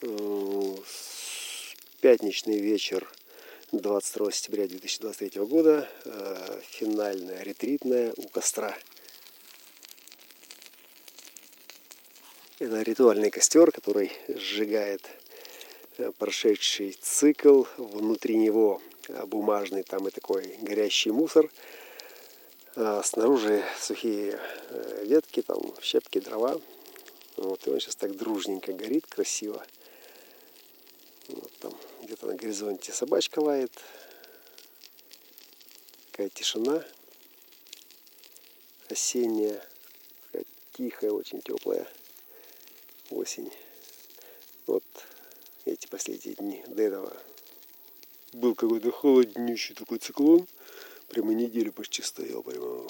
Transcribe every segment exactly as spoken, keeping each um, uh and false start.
Пятничный вечер двадцать второго сентября две тысячи двадцать третьего года. Финальная, ретритная у костра. Это ритуальный костер, который сжигает прошедший цикл. Внутри него бумажный там и такой горящий мусор. А снаружи сухие ветки, там щепки, дрова. Вот, и он сейчас так дружненько горит, красиво. Вот там где-то на горизонте собачка лает. Такая тишина осенняя, такая тихая, очень теплая осень. Вот эти последние дни. До этого был какой-то холоднющий такой циклон. Прямо неделю почти стоял. Прямо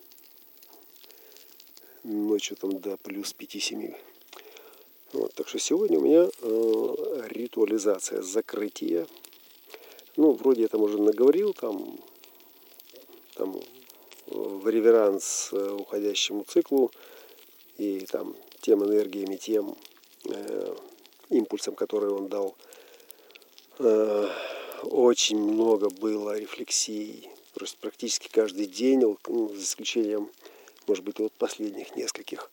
ночью там до плюс пяти-семи. Вот, так что сегодня у меня э, ритуализация закрытия. Ну, вроде я там уже наговорил, там, там в реверанс уходящему циклу и там тем энергиями, тем э, импульсом, который он дал. Э, очень много было рефлексий, просто практически каждый день, ну, за исключением, может быть, вот последних нескольких.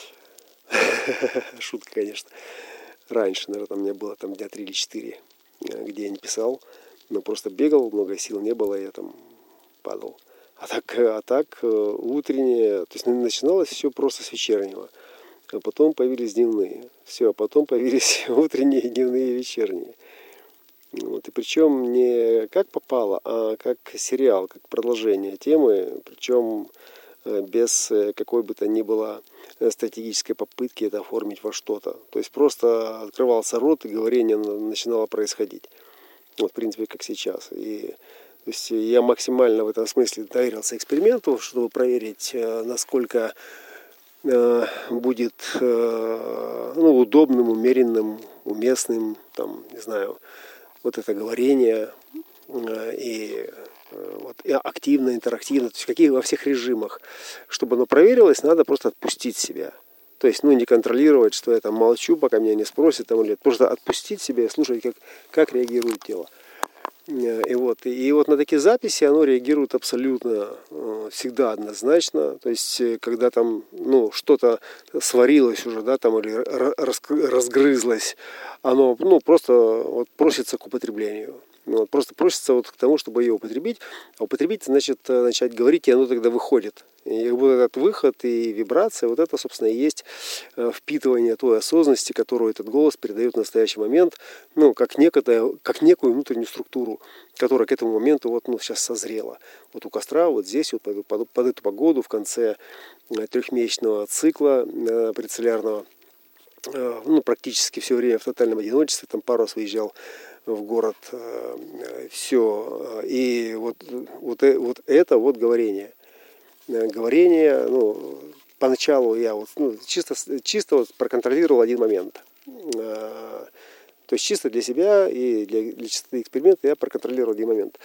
Шутка, конечно. Раньше, наверное, там у меня было там дня три или четыре, где я не писал, но просто бегал, много сил не было, я там падал. А так, а так утреннее, то есть начиналось все просто с вечернего. А потом появились дневные. Все, а потом появились утренние, дневные и вечерние. Вот, и причем не как попало, а как сериал, как продолжение темы, причем без какой бы то ни было стратегической попытки это оформить во что-то. То есть просто открывался рот, и говорение начинало происходить. Вот, в принципе, как сейчас. И, то есть я максимально в этом смысле доверился эксперименту, чтобы проверить, насколько э, будет э, ну, удобным, умеренным, уместным, там, не знаю, вот это говорение э, и Вот, и активно, интерактивно, то есть какие, во всех режимах. Чтобы оно проверилось, надо просто отпустить себя. То есть, ну, не контролировать, что я там молчу, пока меня не спросят, там, или просто отпустить себя и слушать, как, как реагирует тело. И вот, и вот на такие записи оно реагирует абсолютно всегда однозначно. То есть, когда там, ну, что-то сварилось уже, да, там, или разгрызлось, оно, ну, просто вот просится к употреблению. Вот, просто просится вот к тому, чтобы ее употребить. А употребить значит начать говорить, и оно тогда выходит. И вот этот выход и вибрация, вот это, собственно, и есть впитывание той осознанности, которую этот голос передает в настоящий момент, ну, как, некое, как некую внутреннюю структуру, которая к этому моменту вот, ну, сейчас созрела. Вот у костра, вот здесь, вот под, под, под эту погоду, в конце трехмесячного цикла прецеллярного, ну, практически все время в тотальном одиночестве, там пару раз выезжал в город, все. И вот, вот, вот это вот говорение. Говорение, ну, поначалу я вот, ну, чисто, чисто вот проконтролировал один момент. То есть чисто для себя и для, для чистоты эксперимента я проконтролировал один момент.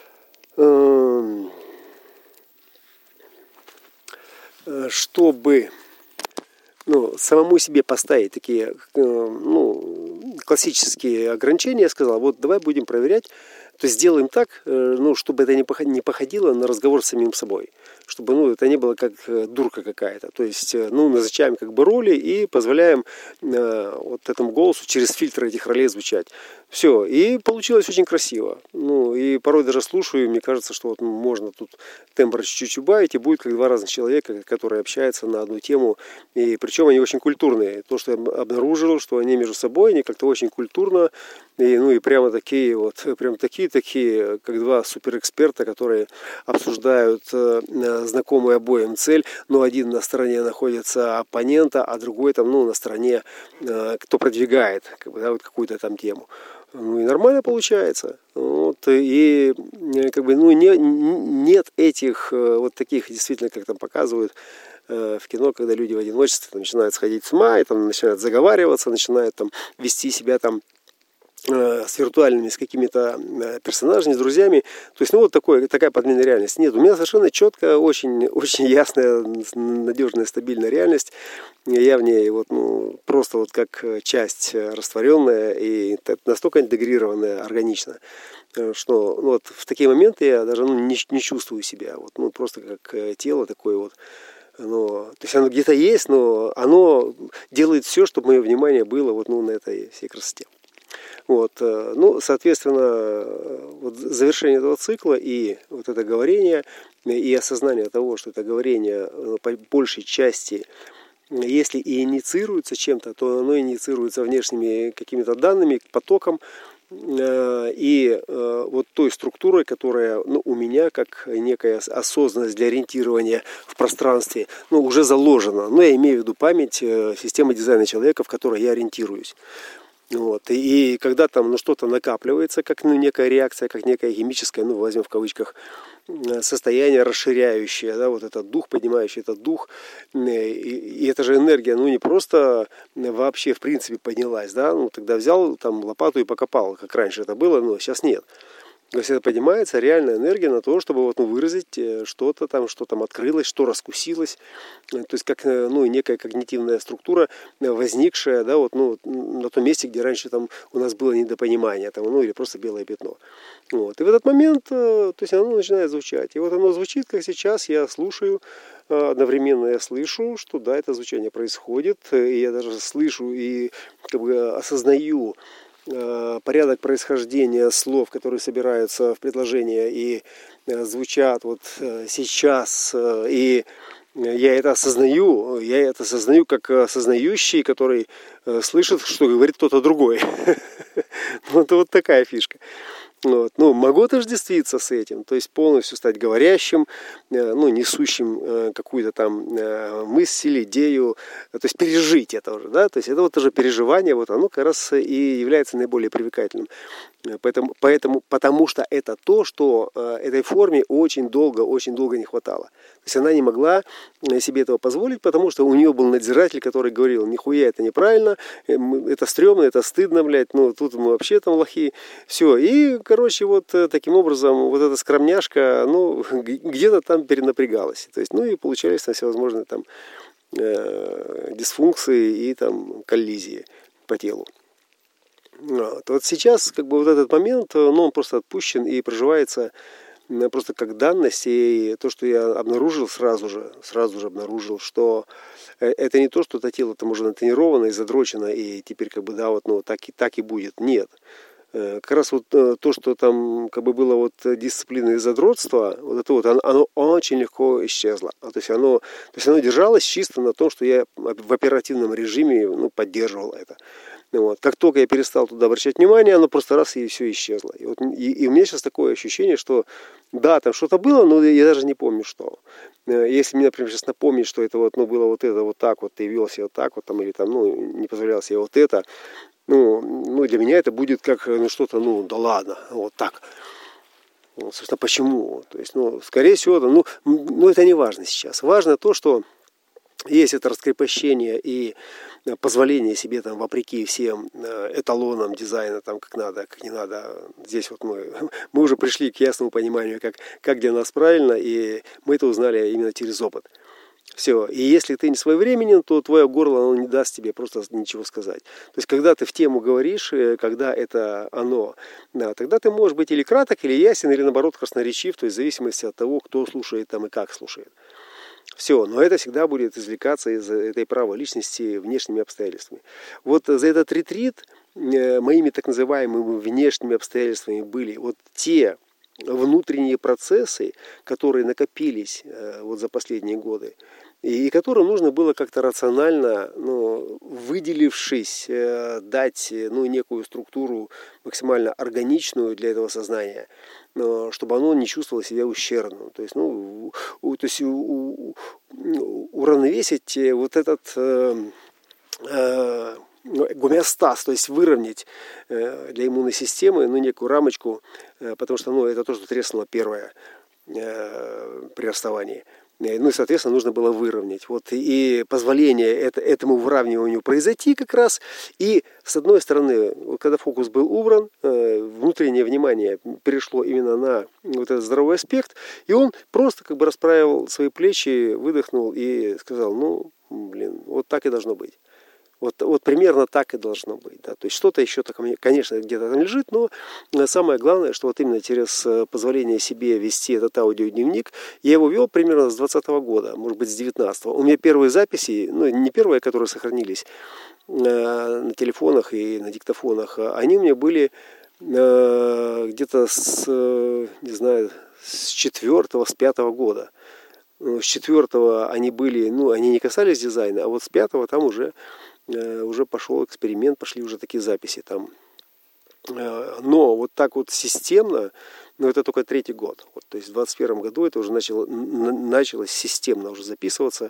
Чтобы, ну, самому себе поставить такие, ну, классические ограничения, я сказал, вот давай будем проверять, то есть сделаем так, ну, чтобы это не походило на разговор с самим собой, чтобы, ну, это не было как дурка какая-то, то есть, ну, назначаем как бы роли и позволяем э, вот этому голосу через фильтр этих ролей звучать. Все, и получилось очень красиво. Ну, и порой даже слушаю, и мне кажется, что вот можно тут тембр чуть-чуть убавить, и будет как два разных человека, которые общаются на одну тему, и причем они очень культурные. То, что я обнаружил, что они между собой, они как-то очень культурно, и, ну, и прямо такие вот, прям такие-такие, как два суперэксперта, которые обсуждают э, знакомую обоим цель, но один на стороне находится оппонента, а другой там, ну, на стороне, э, кто продвигает, как бы, да, вот какую-то там тему. Ну и нормально получается. Вот, и как бы, ну, не, нет этих вот таких, действительно, как там показывают э, в кино, когда люди в одиночестве там, начинают сходить с ума, и там начинают заговариваться, начинают там вести себя там с виртуальными, с какими-то персонажами, с друзьями. То есть, ну, вот такое, такая подмена реальности. Нет, у меня совершенно четко, очень, очень ясная, надежная, стабильная реальность. Я в ней вот, ну, просто вот как часть растворенная и настолько интегрированная, органично, что ну, вот в такие моменты я даже ну, не, не чувствую себя. Вот, ну, просто как тело такое вот. Оно, то есть оно где-то есть, но оно делает все, чтобы мое внимание было вот, ну, на этой всей красоте. Вот, ну, соответственно, вот завершение этого цикла и вот это говорение, и осознание того, что это говорение по большей части, если и инициируется чем-то, то оно инициируется внешними какими-то данными, потоком, и вот той структурой, которая ну, у меня как некая осознанность для ориентирования в пространстве ну, уже заложена. Но я имею в виду память, система дизайна человека, в которой я ориентируюсь. Вот. И, и когда там ну, что-то накапливается, как ну, некая реакция, как некая химическая, ну, возьмем в кавычках, состояние расширяющее, да, вот этот дух, поднимающий этот дух, и, и эта же энергия, ну, не просто вообще, в принципе, поднялась, да, ну, тогда взял там лопату и покопал, как раньше это было, но сейчас нет. То есть это поднимается реальная энергия на то, чтобы вот, ну, выразить что-то там, что там открылось, что раскусилось. То есть как ну, некая когнитивная структура, возникшая да, вот, ну, на том месте, где раньше там, у нас было недопонимание, там, ну, или просто белое пятно. Вот. И в этот момент то есть оно начинает звучать. И вот оно звучит, как сейчас, я слушаю, одновременно я слышу, что да, это звучание происходит, и я даже слышу и как бы осознаю порядок происхождения слов, которые собираются в предложение и звучат вот сейчас, и я это осознаю, я это осознаю как осознающий, который слышит, что говорит кто-то другой. Вот, вот такая фишка. Вот. Ну, могу отождествиться с этим, то есть полностью стать говорящим, ну, несущим какую-то там мысль, идею, то есть пережить это уже, да, то есть это вот уже переживание, вот оно как раз и является наиболее привлекательным. Поэтому, поэтому, потому что это то, что этой форме очень долго, очень долго не хватало. То есть она не могла себе этого позволить, потому что у нее был надзиратель, который говорил, нихуя это неправильно, это стрёмно, это стыдно, блядь, ну тут мы вообще там лохи. Все, и, короче, вот таким образом вот эта скромняшка, ну, где-то там перенапрягалась. То есть, ну и получались там всевозможные там э, дисфункции и там коллизии по телу. Вот. Вот сейчас как бы вот этот момент, ну, он просто отпущен и проживается просто как данность. И то, что я обнаружил сразу же, сразу же обнаружил, что это не то, что это тело там уже натренировано и задрочено, и теперь как бы да, вот, ну, так и, так и будет. Нет. Как раз вот то, что там как бы было вот дисциплина и задротство, вот это вот, оно, оно очень легко исчезло. То есть оно, то есть оно держалось чисто на том, что я в оперативном режиме ну, поддерживал это. Вот. Как только я перестал туда обращать внимание, оно просто раз и все исчезло. И, вот, и, и у меня сейчас такое ощущение, что да, там что-то было, но я даже не помню, что. Если мне, например, сейчас напомнить, что это вот, ну, было вот это вот так вот, ты вел себя вот так вот, там, или там, ну, не позволял себе вот это, ну, ну, для меня это будет как ну, что-то, ну, да ладно, вот так. Вот, собственно, почему? То есть, ну, скорее всего, ну, ну, это не важно сейчас. Важно то, что есть это раскрепощение и позволение себе там вопреки всем эталонам дизайна, там как надо, как не надо. Здесь вот мы, мы уже пришли к ясному пониманию, как, как для нас правильно, и мы это узнали именно через опыт. Все. И если ты не своевременен, то твое горло оно не даст тебе просто ничего сказать. То есть, когда ты в тему говоришь, когда это оно, да, тогда ты можешь быть или краток, или ясен, или наоборот красноречив, то есть в зависимости от того, кто слушает там и как слушает. Все, но это всегда будет извлекаться из этой правой личности внешними обстоятельствами. Вот за этот ретрит моими так называемыми внешними обстоятельствами были вот те внутренние процессы, которые накопились вот за последние годы, и которым нужно было как-то рационально, ну, выделившись, дать ну, некую структуру максимально органичную для этого сознания, чтобы оно не чувствовало себя ущербным. То есть, ну, у, то есть у, у, уравновесить вот этот э, э, гомеостаз, то есть выровнять э, для иммунной системы ну, некую рамочку, э, потому что ну, это то, что треснуло первое э, при расставании. Ну и, соответственно, нужно было выровнять. Вот и позволение это, этому выравниванию произойти как раз. И, с одной стороны, когда фокус был убран, внутреннее внимание перешло именно на вот этот здоровый аспект, и он просто как бы расправил свои плечи, выдохнул и сказал, ну, блин, вот так и должно быть. Вот, вот примерно так и должно быть. Да. То есть что-то еще, конечно, где-то там лежит, но самое главное, что вот именно через позволение себе вести этот аудиодневник, я его вел примерно с двадцатого года, может быть, с девятнадцатого. У меня первые записи, ну, не первые, которые сохранились на телефонах и на диктофонах, они у меня были где-то с, не знаю, с четвертого, с пятого года. С четвертого они были, ну, они не касались дизайна, а вот с пятого там уже уже пошел эксперимент, пошли уже такие записи там. Но вот так вот системно, ну это только третий год. Вот, то есть в двадцать первом году это уже начало, началось системно уже записываться.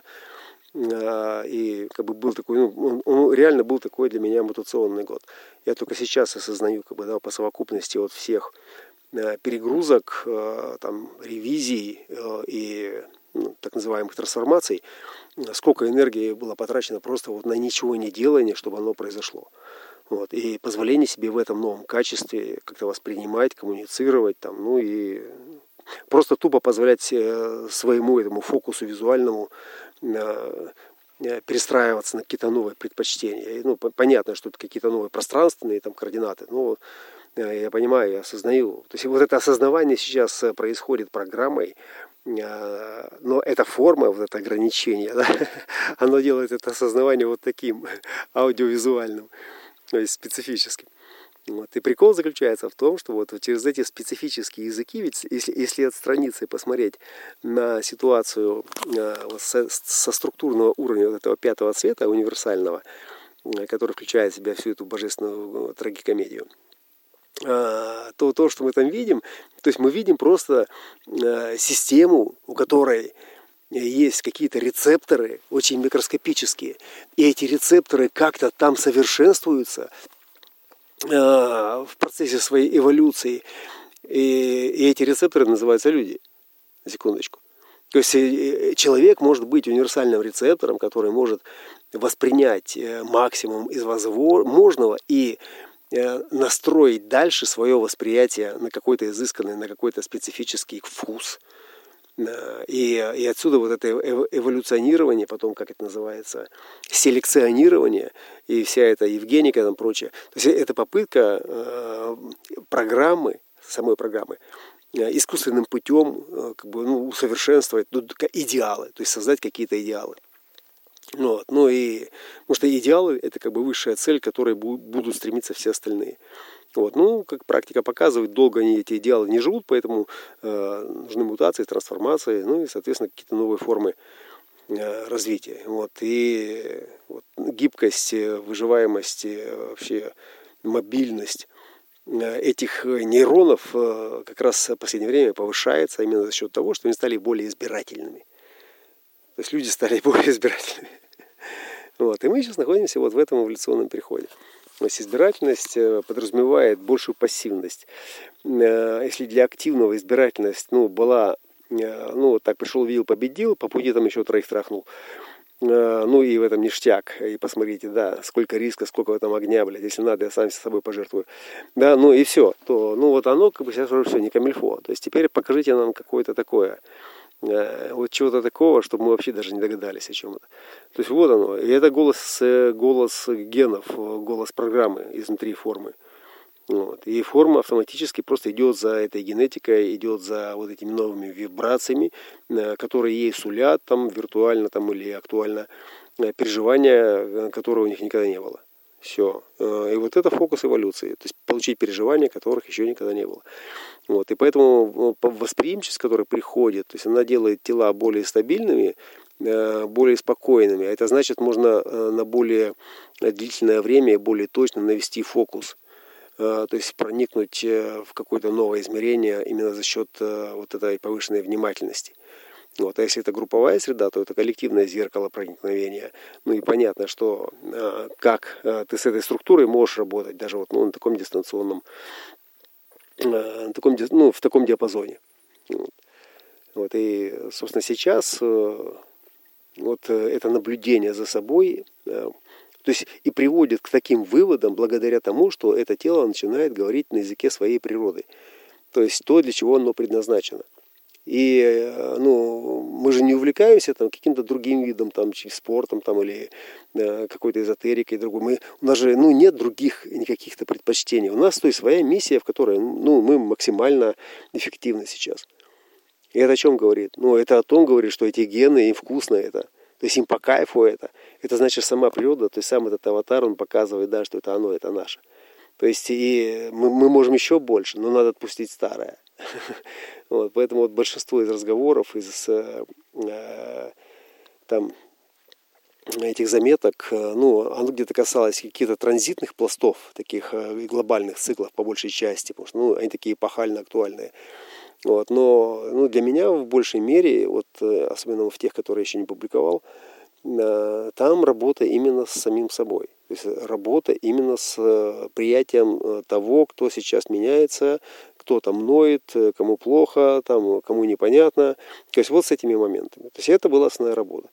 И как бы был такой, ну, он, он реально был такой для меня мутационный год. Я только сейчас осознаю, как бы, да, по совокупности вот всех перегрузок, там, ревизий и ну, так называемых трансформаций, сколько энергии было потрачено просто вот на ничего не делание, чтобы оно произошло. Вот. И позволение себе в этом новом качестве как-то воспринимать, коммуницировать, там, ну и просто тупо позволять своему этому фокусу визуальному перестраиваться на какие-то новые предпочтения. Ну, понятно, что это какие-то новые пространственные там, координаты, но я понимаю, я осознаю. То есть вот это осознавание сейчас происходит программой, но эта форма, вот это ограничение, да, оно делает это осознавание вот таким аудиовизуальным, то есть специфическим. Вот. И прикол заключается в том, что вот через эти специфические языки, ведь если, если отстраниться и посмотреть на ситуацию вот со, со структурного уровня вот этого пятого цвета универсального, который включает в себя всю эту божественную трагикомедию, то то, что мы там видим, то есть мы видим просто систему, у которой есть какие-то рецепторы очень микроскопические, и эти рецепторы как-то там совершенствуются в процессе своей эволюции, и, и эти рецепторы называются люди. Секундочку. То есть человек может быть универсальным рецептором, который может воспринять максимум из возможного и настроить дальше свое восприятие на какой-то изысканный, на какой-то специфический вкус. И, и отсюда вот это эволюционирование, потом, как это называется, селекционирование и вся эта евгеника и там прочее. То есть это попытка э, программы, самой программы, э, искусственным путем э, как бы, ну, усовершенствовать ну, идеалы, то есть создать какие-то идеалы. Вот. Ну и, потому что идеалы – это как бы высшая цель, к которой будут стремиться все остальные. Вот. Ну, как практика показывает, долго они эти идеалы не живут, поэтому э, нужны мутации, трансформации, ну и, соответственно, какие-то новые формы э, развития. Вот. И вот, гибкость, выживаемость, вообще мобильность э, этих нейронов э, как раз в последнее время повышается именно за счет того, что они стали более избирательными. То есть люди стали более избирательными. Вот. И мы сейчас находимся вот в этом эволюционном переходе. То есть избирательность подразумевает большую пассивность. Если для активного избирательность ну, была, ну, вот так пришел, видел, победил, по пути там еще троих трахнул. Ну и в этом ништяк. И посмотрите, да, сколько риска, сколько там огня, блядь, если надо, я сам с собой пожертвую. Да, ну и все. То, ну вот оно как бы сейчас уже все, не камильфо. То есть теперь покажите нам какое-то такое. Вот чего-то такого, чтобы мы вообще даже не догадались о чем это. То есть вот оно. И это голос, голос генов, голос программы изнутри формы. Вот. И форма автоматически просто идет за этой генетикой, идет за вот этими новыми вибрациями, которые ей сулят там, виртуально там, или актуально переживания, которого у них никогда не было. Все. И вот это фокус эволюции. То есть получить переживания, которых еще никогда не было. Вот. И поэтому восприимчивость, которая приходит, то есть она делает тела более стабильными, более спокойными. А это значит, можно на более длительное время и более точно навести фокус. То есть проникнуть в какое-то новое измерение именно за счет вот этой повышенной внимательности. Вот. А если это групповая среда, то это коллективное зеркало проникновения. Ну и понятно, что э, как э, ты с этой структурой можешь работать, даже вот, ну, на таком дистанционном, э, на таком, ну, в таком диапазоне. Вот. Вот, и, собственно, сейчас вот это наблюдение за собой, то есть и приводит к таким выводам благодаря тому, что это тело начинает говорить на языке своей природы. То есть то, для чего оно предназначено. И ну, мы же не увлекаемся там, каким-то другим видом, там, спортом там, или э, какой-то эзотерикой другой. Мы, у нас же ну, нет других никаких-то предпочтений. У нас то есть, своя миссия, в которой ну, мы максимально эффективны сейчас. И это о чем говорит? Ну, это о том говорит, что эти гены, им вкусно это. То есть им по кайфу это. Это значит сама природа, то есть сам этот аватар, он показывает, да, что это оно, это наше. То есть и мы, мы можем еще больше, но надо отпустить старое. Вот, поэтому вот большинство из разговоров, из э, там, этих заметок, ну, оно где-то касалось каких-то транзитных пластов, таких э, глобальных циклов по большей части, потому что ну, они такие эпохально актуальные. Вот, но ну, для меня в большей мере, вот, особенно в тех, которые я еще не публиковал, э, там работа именно с самим собой. То есть работа именно с приятием того, кто сейчас меняется, кто там ноет, кому плохо, там, кому непонятно. То есть вот с этими моментами. То есть это была основная работа.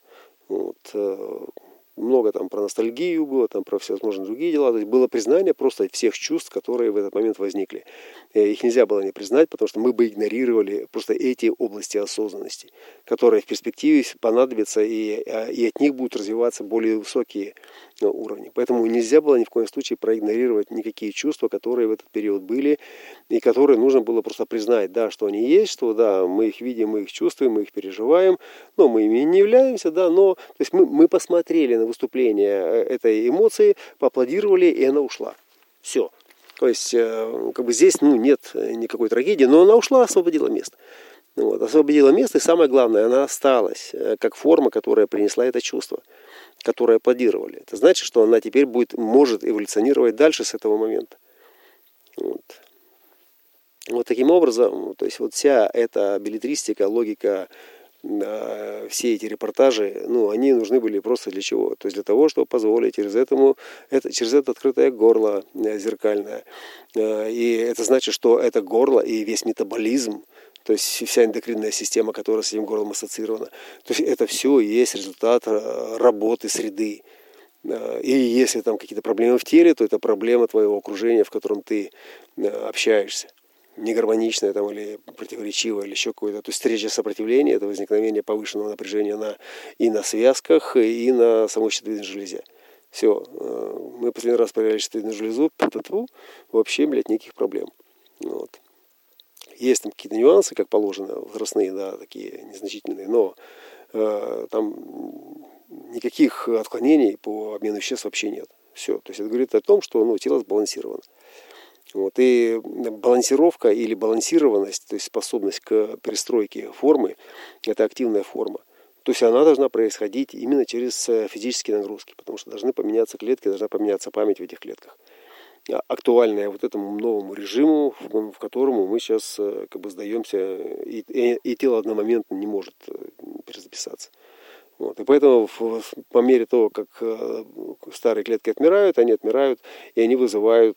Вот. Много там про ностальгию было, там про всевозможные другие дела. То есть было признание просто всех чувств, которые в этот момент возникли. Их нельзя было не признать, потому что мы бы игнорировали просто эти области осознанности, которые в перспективе понадобятся, и, и от них будут развиваться более высокие уровни. Поэтому нельзя было ни в коем случае проигнорировать никакие чувства, которые в этот период были, и которые нужно было просто признать, да, что они есть, что да, мы их видим, мы их чувствуем, мы их переживаем, но мы ими не являемся, да, но то есть мы, мы посмотрели на выступление этой эмоции, поаплодировали, и она ушла. Все. То есть, как бы здесь ну, нет никакой трагедии, но она ушла, освободила место. Вот, освободила место, и самое главное, она осталась как форма, которая принесла это чувство, которое аплодировали. Это значит, что она теперь будет, может эволюционировать дальше с этого момента. Вот. Вот таким образом, то есть вот вся эта беллетристика, логика, все эти репортажи, ну, они нужны были просто для чего? То есть для того, чтобы позволить через, этому, это, через это открытое горло зеркальное. И это значит, что это горло и весь метаболизм, то есть вся эндокринная система, которая с этим горлом ассоциирована, то есть это все и есть результат работы среды. И если там какие-то проблемы в теле, то это проблема твоего окружения, в котором ты общаешься. Негармоничное там, или противоречивое, или еще какое-то. То есть встреча сопротивления – это возникновение повышенного напряжения на, и на связках, и на самой щитовидной железе. Все. Мы последний раз проверяли щитовидную железу, вообще, блядь, никаких проблем. Вот. Есть там какие-то нюансы, как положено, возрастные, да, такие незначительные, но э, там никаких отклонений по обмену веществ вообще нет. Все. То есть это говорит о том, что ну, тело сбалансировано. Вот. И балансировка или балансированность, то есть способность к перестройке формы, это активная форма. То есть она должна происходить именно через физические нагрузки, потому что должны поменяться клетки, должна поменяться память в этих клетках. Актуальная вот этому новому режиму, в которому мы сейчас как бы сдаемся, и, и, и тело одномоментно не может перезаписаться. Вот. И поэтому по мере того, как старые клетки отмирают, они отмирают, и они вызывают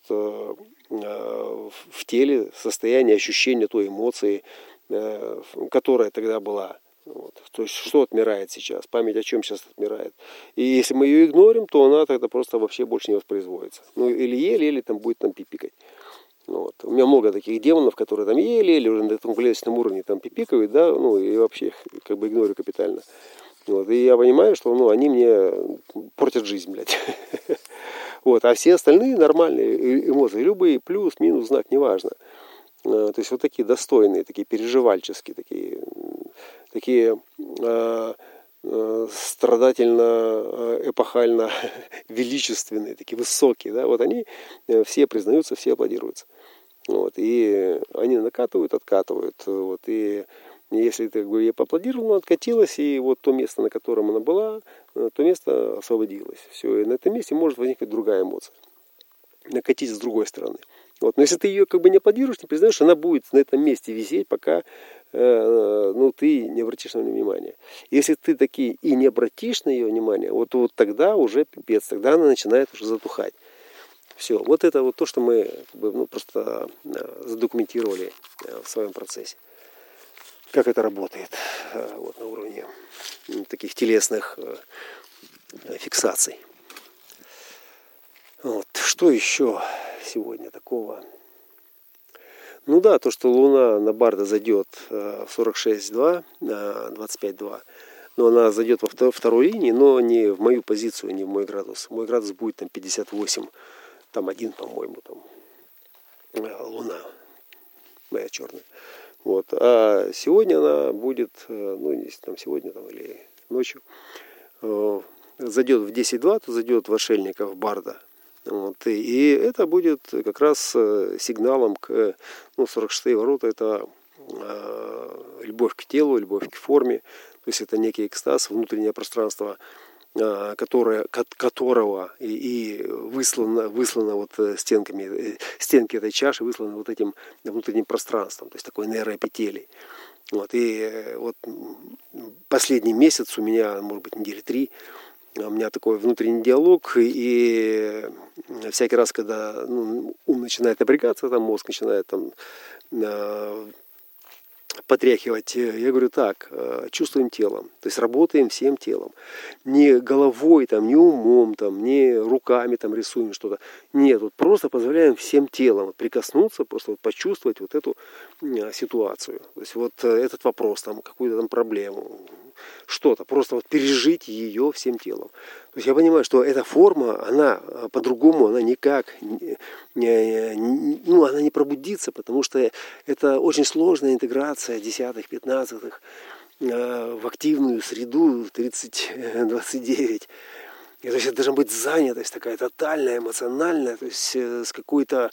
в теле состояние ощущения той эмоции, которая тогда была. Вот. То есть что отмирает сейчас, память о чем сейчас отмирает. И если мы ее игнорим, то она тогда просто вообще больше не воспроизводится. Ну или еле-еле там будет там пипикать. Вот. У меня много таких демонов, которые там еле-еле уже на этом клеточном уровне там пипикают, да, ну и вообще их как бы игнорю капитально. Вот. И я понимаю, что ну, они мне портят жизнь, блядь. Вот. А все остальные нормальные эмоции, любые, плюс, минус, знак, неважно. То есть вот такие достойные, такие переживальческие, такие, такие э, э, страдательно, эпохально величественные, такие высокие, да, вот они все признаются, все аплодируются. Вот. И они накатывают, откатывают. Вот. И если ты, как бы, ей поаплодировал, она откатилась, и вот то место, на котором она была, то место освободилось. Все, и на этом месте может возникнуть другая эмоция. Накатить с другой стороны. Вот. Но если ты ее как бы не аплодируешь, не признаешь, она будет на этом месте висеть, пока э, ну, ты не обратишь на нее внимания. Если ты таки и не обратишь на ее внимание, вот, вот тогда уже пипец, тогда она начинает уже затухать. Все. Вот это вот то, что мы как бы, ну, просто задокументировали в своем процессе. как это работает вот, на уровне таких телесных фиксаций. Вот. Что еще сегодня такого? Ну да, то, что Луна на Барда зайдет в сорок шесть два, двадцать пять два, но она зайдет во второй линии, но не в мою позицию, не в мой градус. Мой градус будет там пятьдесят восемь, там один, по-моему, там Луна моя черная. Вот. А сегодня она будет, ну, если там сегодня там, или ночью, зайдет в десять два, то зайдет в отшельников Барда. Вот. И это будет как раз сигналом к, ну, сорок шестые ворота, это э, любовь к телу, любовь к форме, то есть это некий экстаз, внутреннее пространство, э, которое, которого и, и выслано, выслано вот стенками, стенки этой чаши высланы вот этим внутренним пространством, то есть такой нейроэпителий. Вот. И вот последний месяц у меня, может быть, недели три, у меня такой внутренний диалог, и всякий раз, когда, ну, ум начинает напрягаться, там мозг начинает там э, потряхивать, я говорю так, чувствуем телом, то есть работаем всем телом, не головой, там, не умом, там, не руками там, рисуем что-то, нет, вот просто позволяем всем телом вот, прикоснуться, просто вот, почувствовать вот эту э, ситуацию, то есть вот этот вопрос, там, какую-то там проблему, что-то, просто вот пережить ее всем телом. То есть я понимаю, что эта форма, она по-другому, она никак не, не, ну, она не пробудится, потому что это очень сложная интеграция десятых, пятнадцатых э, в активную среду тридцать двадцать девять. И, то есть это должна быть занятость такая тотальная, эмоциональная, то есть с какой-то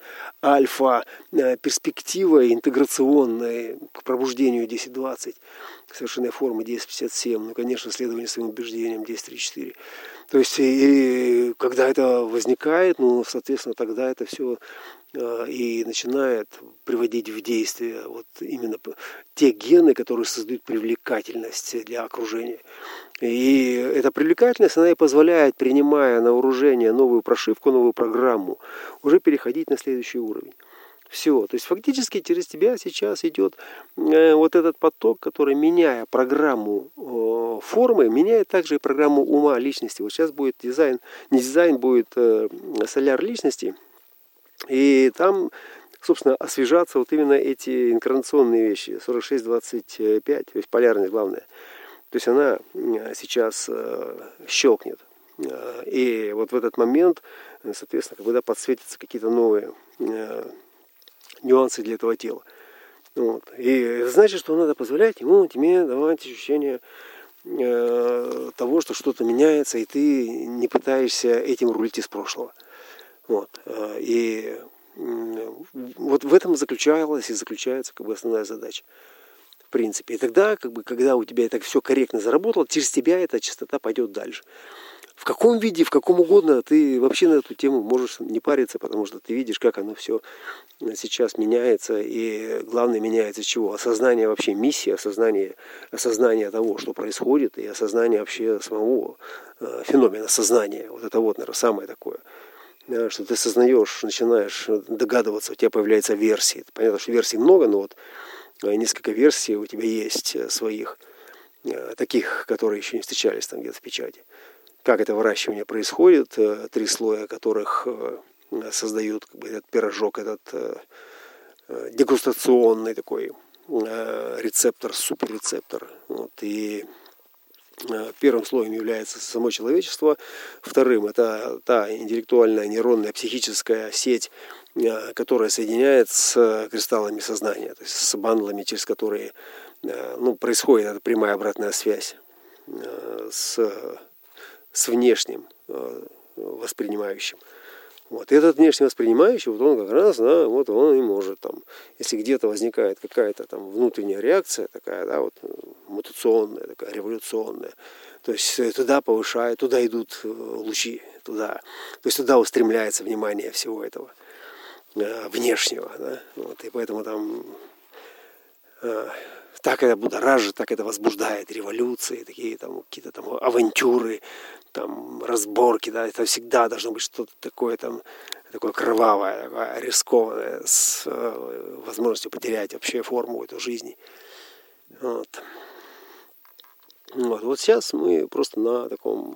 альфа-перспективой интеграционной к пробуждению десять двадцать, совершенной формы десять пятьдесят семь, ну, конечно, следование своим убеждениям десять тридцать четыре. То есть и, и когда это возникает, ну, соответственно, тогда это все э, и начинает приводить в действие вот именно те гены, которые создают привлекательность для окружения. И эта привлекательность, она и позволяет, принимая на вооружение новую прошивку, новую программу, уже переходить на следующий уровень. Все. То есть фактически через тебя сейчас идет э, вот этот поток, который, меняя программу э, формы, меняет также и программу ума личности. Вот сейчас будет дизайн, не дизайн, будет э, соляр личности. И там, собственно, освежаться вот именно эти инкарнационные вещи. сорок шесть двадцать пять, то есть полярность главная. То есть она сейчас э, щелкнет. И вот в этот момент, соответственно, когда подсветятся какие-то новые э, нюансы для этого тела. Вот. И это значит, что надо позволять ему тебе давать ощущение э, того, что что-то меняется, и ты не пытаешься этим рулить из прошлого. Вот. И э, вот в этом заключалась и заключается как бы основная задача. В принципе. И тогда, как бы, когда у тебя это все корректно заработало, через тебя эта частота пойдет дальше. В каком виде, в каком угодно, ты вообще на эту тему можешь не париться, потому что ты видишь, как оно все сейчас меняется. И главное, меняется чего? Осознание вообще миссии, осознание, осознание того, что происходит, и осознание вообще самого э, феномена сознания. Вот это вот, наверное, самое такое. Да, что ты сознаешь, начинаешь догадываться, у тебя появляются версии. Понятно, что версий много, но вот несколько версий у тебя есть своих, таких, которые еще не встречались там где-то в печати. Как это выращивание происходит, три слоя которых создают как бы, этот пирожок, этот дегустационный такой рецептор, суперрецептор. Вот, и первым слоем является само человечество, вторым это та интеллектуальная, нейронная, психическая сеть, которая соединяет с кристаллами сознания, то есть с бандлами, через которые ну, происходит эта прямая обратная связь с, с внешним воспринимающим. Вот. И этот внешне воспринимающий, вот он как раз, да, вот он и может там, если где-то возникает какая-то там внутренняя реакция такая, да, вот мутационная, такая революционная, то есть туда повышает, туда идут лучи, туда, то есть туда устремляется внимание всего этого э, внешнего, да, вот, и поэтому там э, так это будоражит, так это возбуждает революции, такие там какие-то там авантюры, там разборки, да, это всегда должно быть что-то такое там, такое кровавое, такое рискованное, с э, возможностью потерять вообще форму этой жизни. Вот. Вот. Вот сейчас мы просто на таком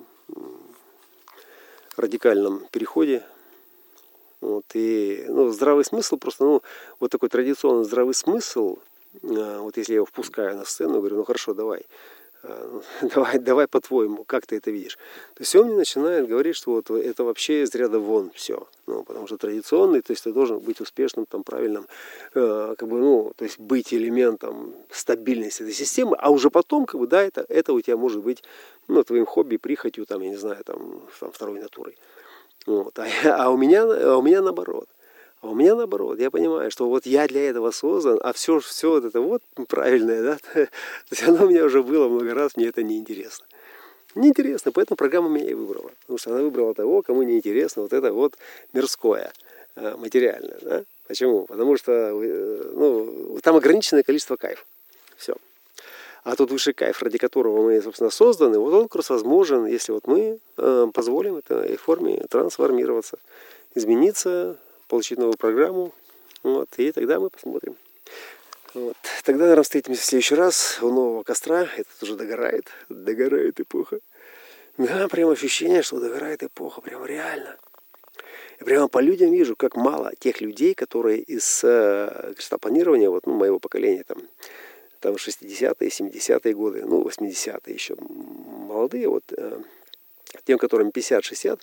радикальном переходе. Вот. И ну, здравый смысл просто, ну, вот такой традиционный здравый смысл, вот если я его впускаю на сцену, говорю, ну хорошо, давай. Давай, давай по-твоему, как ты это видишь? То есть он мне начинает говорить, что вот это вообще из ряда вон все. Ну, потому что традиционный, то есть ты должен быть успешным, там, правильным, э, как бы, ну, то есть быть элементом стабильности этой системы, а уже потом, как бы, да, это, это у тебя может быть, ну, твоим хобби, прихотью, там, я не знаю, там, там второй натурой. Вот. А, а, у меня, а у меня наоборот. А у меня наоборот, я понимаю, что вот я для этого создан, а все, все вот это вот правильное, да, то есть оно у меня уже было много раз, мне это неинтересно. Неинтересно, поэтому программа меня и выбрала. Потому что она выбрала того, кому неинтересно вот это вот мирское, материальное. Да? Почему? Потому что ну, там ограниченное количество кайфа. Все. А тот высший кайф, ради которого мы, собственно, созданы, вот он как раз возможен, если вот мы позволим этой форме трансформироваться, измениться, получить новую программу, вот, и тогда мы посмотрим. Вот. Тогда, наверное, встретимся в следующий раз у нового костра. Этот уже догорает, догорает эпоха. Да, прям ощущение, что догорает эпоха, прям реально. Я прямо по людям вижу, как мало тех людей, которые из э, планирования, вот, ну, моего поколения, там, там шестидесятые, семидесятые годы, ну, восьмидесятые еще молодые, вот, э, тем, которым пятьдесят-шестьдесят,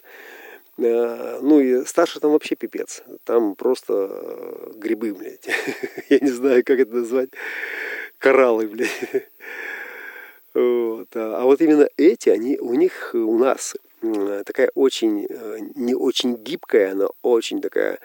ну и старше там вообще пипец. Там просто грибы, блядь. Я не знаю, как это назвать. Кораллы, блядь. Вот. А вот именно эти, они, у них, у нас такая очень, не очень гибкая, но очень такая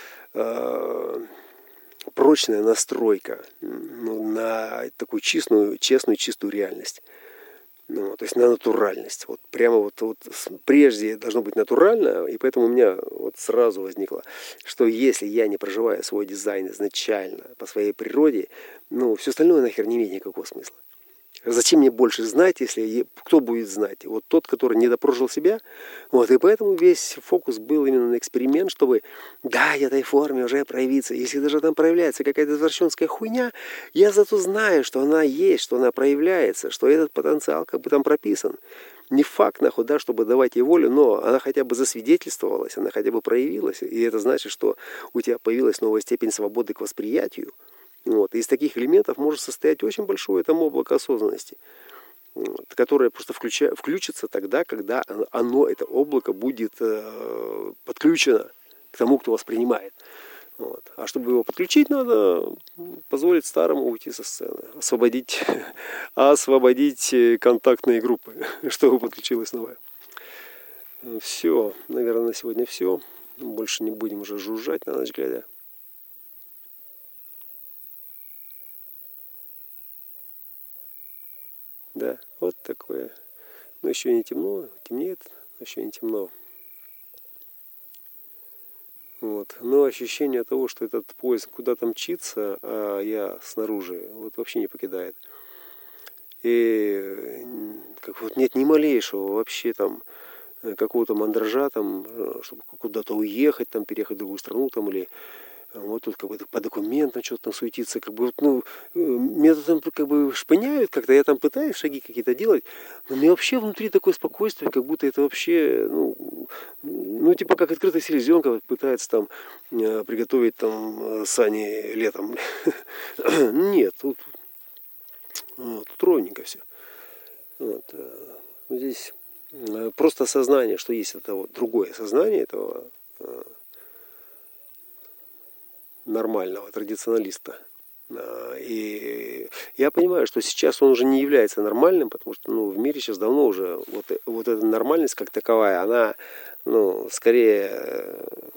э, прочная настройка на такую честную, честную, чистую реальность. Ну, то есть на натуральность. Вот прямо вот, вот прежде должно быть натурально, и поэтому у меня вот сразу возникло, что если я не проживаю свой дизайн изначально по своей природе, ну, все остальное нахер не имеет никакого смысла. Зачем мне больше знать, если кто будет знать? Вот тот, который не допрожил себя. Вот, и поэтому весь фокус был именно на эксперимент, чтобы дать этой форме уже проявиться. Если даже там проявляется какая-то извращенская хуйня, я зато знаю, что она есть, что она проявляется, что этот потенциал как бы там прописан. Не факт, нахуй, да, чтобы давать ей волю, но она хотя бы засвидетельствовалась, она хотя бы проявилась. И это значит, что у тебя появилась новая степень свободы к восприятию. Вот. И из таких элементов может состоять очень большое там облако осознанности, вот, которое просто включа, включится тогда, когда оно, это облако, будет э, подключено к тому, кто воспринимает. Вот. А чтобы его подключить, надо позволить старому уйти со сцены, освободить, освободить контактные группы, чтобы подключилось новое. Все, наверное, на сегодня все. Больше не будем уже жужжать на ночь глядя. Да, вот такое. Но еще не темно, темнеет, еще не темно. Вот. Но ощущение того, что этот поезд куда-то мчится, а я снаружи, вот вообще не покидает. И как вот нет ни малейшего вообще там какого-то мандража, там, чтобы куда-то уехать, там, переехать в другую страну, там, или вот тут как бы по документам что-то там суетиться, как бы, вот, ну, меня там как бы шпыняют как-то, я там пытаюсь шаги какие-то делать, но у меня вообще внутри такое спокойствие, как будто это вообще, ну, ну типа как открытая селезенка пытается там э, приготовить там сани летом. Нет, тут, вот, тут ровненько все. Вот, э, здесь э, просто осознание, что есть это вот другое сознание этого э, нормального традиционалиста. И я понимаю, что сейчас он уже не является нормальным, потому что ну, в мире сейчас давно уже вот, вот эта нормальность как таковая, она ну, скорее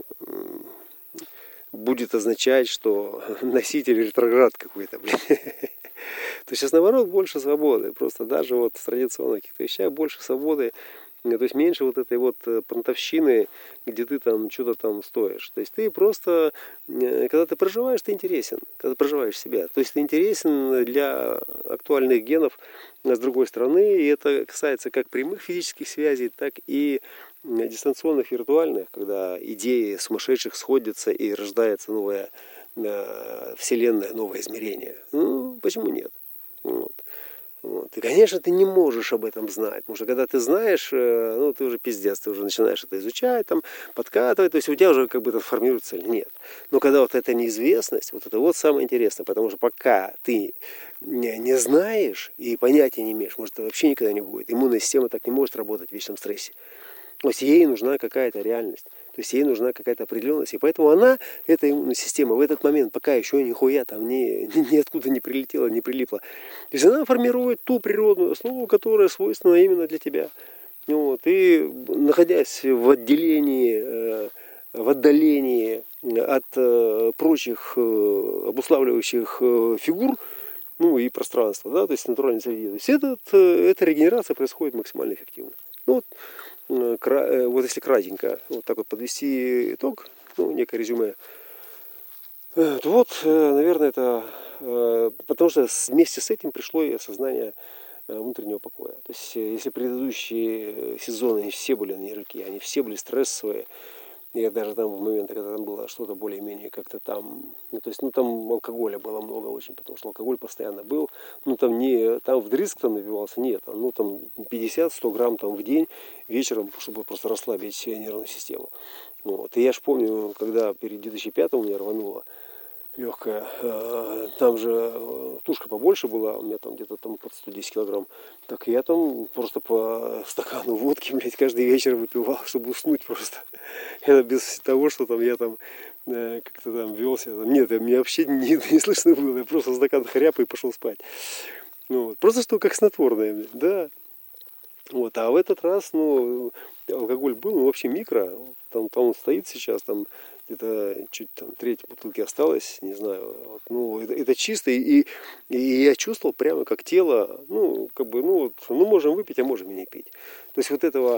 будет означать, что носитель ретроград какой-то, блин. То сейчас наоборот больше свободы. Просто даже вот в традиционных каких-то вещах больше свободы. То есть меньше вот этой вот понтовщины, где ты там что-то там стоишь. То есть ты просто, когда ты проживаешь, ты интересен. Когда ты проживаешь себя. То есть ты интересен для актуальных генов с другой стороны. И это касается как прямых физических связей, так и дистанционных, виртуальных, когда идеи сумасшедших сходятся и рождается новая вселенная, новое измерение. Ну, почему нет? Вот. Вот. И, конечно, ты не можешь об этом знать, потому что когда ты знаешь, ну, ты уже пиздец, ты уже начинаешь это изучать, там, подкатывать, то есть у тебя уже как бы это формируется цель. Нет. Но когда вот эта неизвестность, вот это вот самое интересное, потому что пока ты не, не знаешь и понятия не имеешь, может, это вообще никогда не будет. Иммунная система так не может работать в вечном стрессе. То есть ей нужна какая-то реальность. То есть ей нужна какая-то определенность. И поэтому она, эта иммунная система, в этот момент, пока еще нихуя там ни, ниоткуда не прилетела, не прилипла, то есть она формирует ту природную основу, которая свойственна именно для тебя. Вот. И находясь в отделении, в отдалении от прочих обуславливающих фигур, ну и пространства, да, то есть натуральной среды, то есть этот, эта регенерация происходит максимально эффективно. Ну, вот, вот если кратенько вот так вот подвести итог, ну, некое резюме, то вот, наверное, это потому что вместе с этим пришло и осознание внутреннего покоя. То есть, если предыдущие сезоны, они все были на нервике, они все были стрессовые, я даже там в моменты, когда там было что-то более-менее как-то там, ну, то есть, ну, там алкоголя было много очень, потому что алкоголь постоянно был, ну, там не, там вдрызг там набивался, нет, ну, там пятьдесят-сто грамм там в день вечером, чтобы просто расслабить нервную систему. Вот. И я ж помню, когда перед две тысячи пятым у меня рвануло легкая, там же тушка побольше была, у меня там где-то там под сто десять килограмм, так я там просто по стакану водки, блядь, каждый вечер выпивал, чтобы уснуть просто. Это без того, что там я там как-то там велся. Нет, мне вообще не, не слышно было, я просто стакан хряпа и пошел спать. Ну, вот. Просто что как снотворное, блядь, да. Вот, а в этот раз, ну, алкоголь был, ну, вообще микро, там, там он стоит сейчас, там где-то чуть там треть бутылки осталось, не знаю, вот, ну, это, это чисто, и, и я чувствовал прямо как тело, ну, как бы, ну, вот, ну, можем выпить, а можем и не пить. То есть вот этого,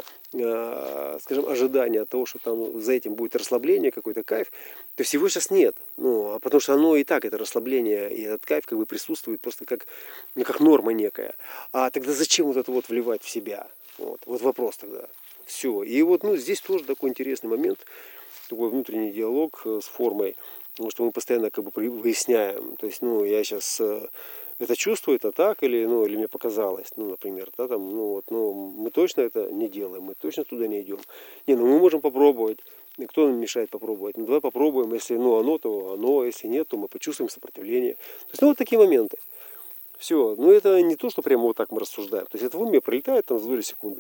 э, скажем, ожидания от того, что там за этим будет расслабление, какой-то кайф, то есть его сейчас нет, ну, а потому что оно и так, это расслабление, и этот кайф как бы присутствует просто как, ну, как норма некая. А тогда зачем вот это вот вливать в себя? Вот, вот вопрос тогда. Все. И вот, ну, здесь тоже такой интересный момент, такой внутренний диалог с формой, потому что мы постоянно как бы выясняем. То есть, ну, я сейчас это чувствую, это так, или, ну, или мне показалось, ну, например, да, там, ну, вот, ну, мы точно это не делаем, мы точно туда не идем. Не, ну, мы можем попробовать. И кто нам мешает попробовать? Ну, давай попробуем. Если, ну, оно, то оно, если нет, то мы почувствуем сопротивление. То есть, ну, вот такие моменты. Все. Но это не то, что прямо вот так мы рассуждаем. То есть, это в уме пролетает там за доли секунды.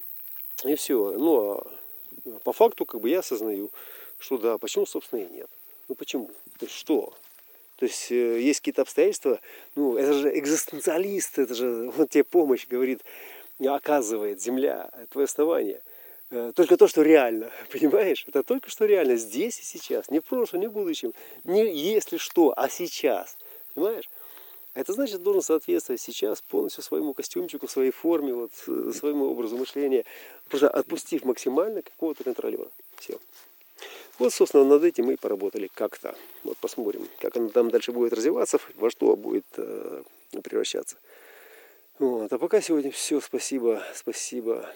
И все. Ну, а по факту, как бы, я осознаю, что да, почему, собственно, и нет. Ну, почему? То есть, что? То есть, э, есть какие-то обстоятельства, ну, это же экзистенциалист, это же, вот тебе помощь, говорит, оказывает земля, твое основание. Э, только то, что реально, понимаешь? Это только что реально, здесь и сейчас, не в прошлом, не в будущем, не если что, а сейчас, понимаешь? Это значит, должен соответствовать сейчас полностью своему костюмчику, своей форме, вот, своему образу мышления, просто отпустив максимально какого-то контролера. Все. Вот, собственно, над этим мы и поработали как-то. Вот посмотрим, как оно там дальше будет развиваться, во что будет э, превращаться. Вот. А пока сегодня все. Спасибо, спасибо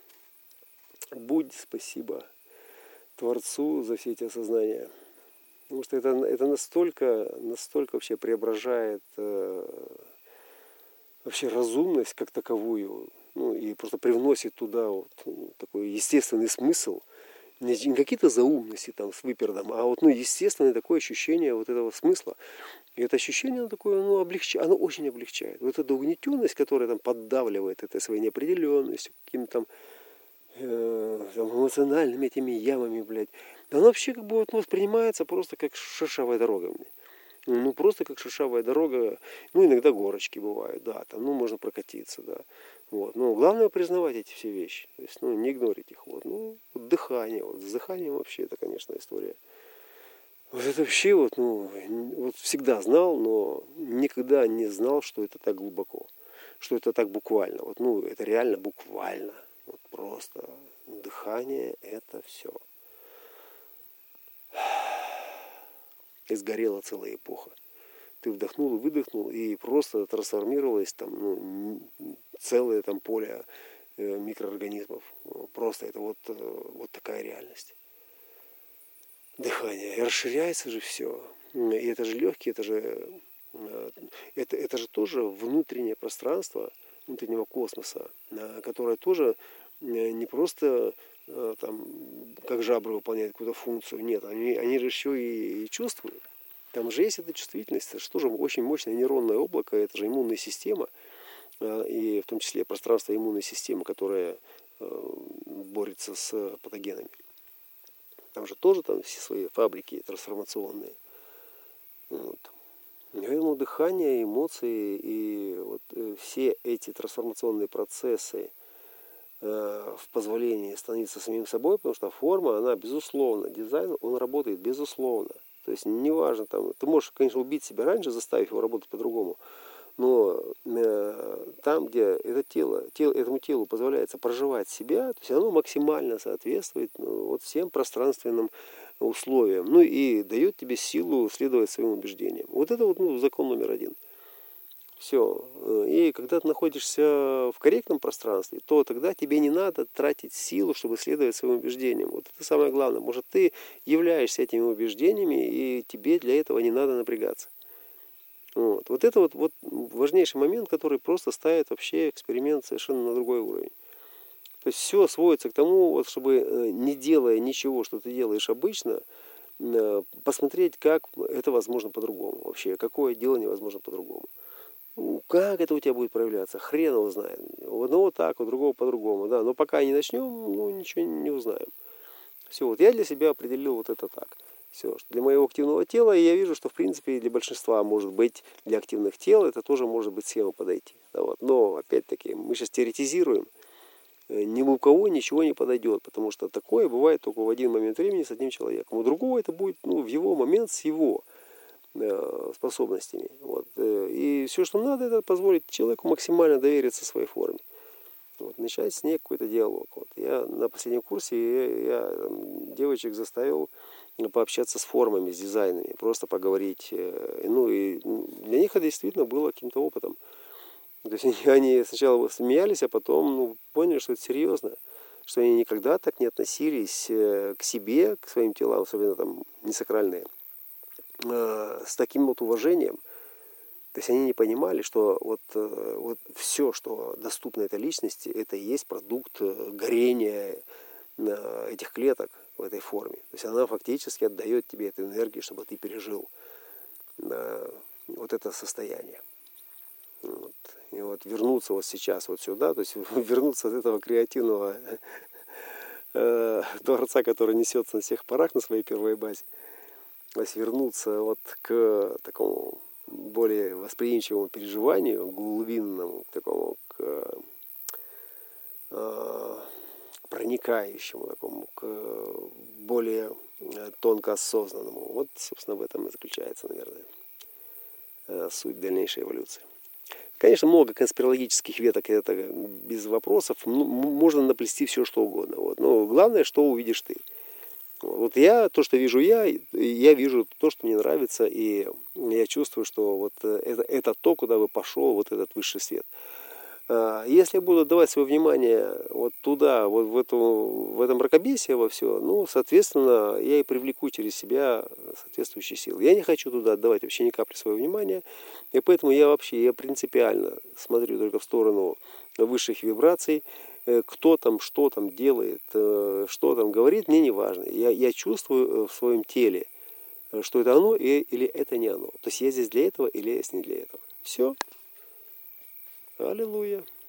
Будде, спасибо Творцу за все эти осознания. Потому что это, это настолько, настолько вообще преображает э, вообще разумность как таковую, ну, и просто привносит туда вот, ну, такой естественный смысл. Не, не какие-то заумности там с выпердом, а вот, ну, естественное такое ощущение вот этого смысла. И это ощущение, оно такое, ну, облегчает, оно очень облегчает. Вот эта угнетенность, которая там поддавливает этой своей неопределенностью, каким-то там, э, там эмоциональными этими ямами, блядь, она вообще как бы вот, ну, воспринимается просто как шершавая дорога, блядь. Ну, просто как шершавая дорога. Ну, иногда горочки бывают, да, там, ну, можно прокатиться, да. Вот. Но главное признавать эти все вещи. То есть, ну, не игнорить их. Вот. Ну, вот дыхание. Вот с дыханием вообще это, конечно, история. Вот это вообще вот, ну, вот всегда знал, но никогда не знал, что это так глубоко. Что это так буквально. Вот, ну, это реально буквально. Вот просто дыхание это все. И сгорела целая эпоха. Ты вдохнул и выдохнул, и просто трансформировалось там, ну, целое там поле э, микроорганизмов. Просто это вот, э, вот такая реальность. Дыхание. И расширяется же все. И это же легкие, это же это, это же тоже внутреннее пространство внутреннего космоса, которое тоже не просто там, как жабры выполняют какую-то функцию, нет, они, они же еще и, и чувствуют. Там же есть эта чувствительность, это же тоже очень мощное нейронное облако, это же иммунная система, и в том числе пространство иммунной системы, которая борется с патогенами. Там же тоже там все свои фабрики трансформационные. Вот. Поэтому дыхание, эмоции и вот все эти трансформационные процессы э, в позволении становиться самим собой, потому что форма, она безусловно, дизайн, он работает безусловно. То есть неважно, там, ты можешь, конечно, убить себя раньше, заставив его работать по-другому, но э, там, где это тело, тело, этому телу позволяется проживать себя, то есть оно максимально соответствует ну, вот всем пространственным условиям, ну и дает тебе силу следовать своим убеждениям. Вот это вот ну, закон номер один. Все. И когда ты находишься в корректном пространстве, то тогда тебе не надо тратить силу, чтобы следовать своим убеждениям. Вот это самое главное. Может, ты являешься этими убеждениями, и тебе для этого не надо напрягаться. Вот, вот это вот, вот важнейший момент, который просто ставит вообще эксперимент совершенно на другой уровень. То есть все сводится к тому, вот, чтобы не делая ничего, что ты делаешь обычно, посмотреть, как это возможно по-другому. Вообще, какое дело невозможно по-другому. Ну, как это у тебя будет проявляться? Хрен его знает. У одного так, у другого по-другому. Да. Но пока не начнем, ну, ничего не узнаем. Все, вот я для себя определил вот это так. Все, что для моего активного тела, и я вижу, что в принципе для большинства, может быть, для активных тел это тоже может быть схема подойти. Да, вот. Но опять-таки мы сейчас теоретизируем. Ни у кого ничего не подойдет, потому что такое бывает только в один момент времени с одним человеком. У другого это будет ну, в его момент с его э, способностями. Вот. И все, что надо, это позволить человеку максимально довериться своей форме. Вот, начать с ней какой-то диалог. Вот. Я на последнем курсе я, я там, девочек заставил пообщаться с формами, с дизайнами, просто поговорить. Ну и для них это действительно было каким-то опытом. То есть они сначала смеялись, а потом ну, поняли, что это серьезно, что они никогда так не относились к себе, к своим телам, особенно там несакральные, с таким вот уважением. То есть они не понимали, что вот, вот все, что доступно этой личности, это и есть продукт горения этих клеток в этой форме. То есть она фактически отдает тебе эту энергию, чтобы ты пережил вот это состояние. Вот. И вот вернуться вот сейчас вот сюда, то есть вернуться от этого креативного э, творца, который несется на всех парах на своей первой базе, то есть вернуться вот к такому более восприимчивому переживанию, глубинному, к такому к, э, проникающему, такому к более тонко осознанному. Вот, собственно, в этом и заключается, наверное, суть дальнейшей эволюции. Конечно, много конспирологических веток, это без вопросов. Можно наплести все, что угодно. Вот. Но главное, что увидишь ты. Вот я, то, что вижу я, я вижу то, что мне нравится, и я чувствую, что вот это, это то, куда бы пошел вот этот высший свет. Если я буду давать свое внимание вот туда, вот в, эту, в этом мракобесие во все, ну, соответственно, я и привлеку через себя соответствующие силы. Я не хочу туда отдавать вообще ни капли своего внимания, и поэтому я вообще, я принципиально смотрю только в сторону высших вибраций. Кто там, что там делает, что там говорит, мне не важно. Я, я чувствую в своем теле, что это оно или это не оно. То есть я здесь для этого или я здесь не для этого. Все. Аллилуйя.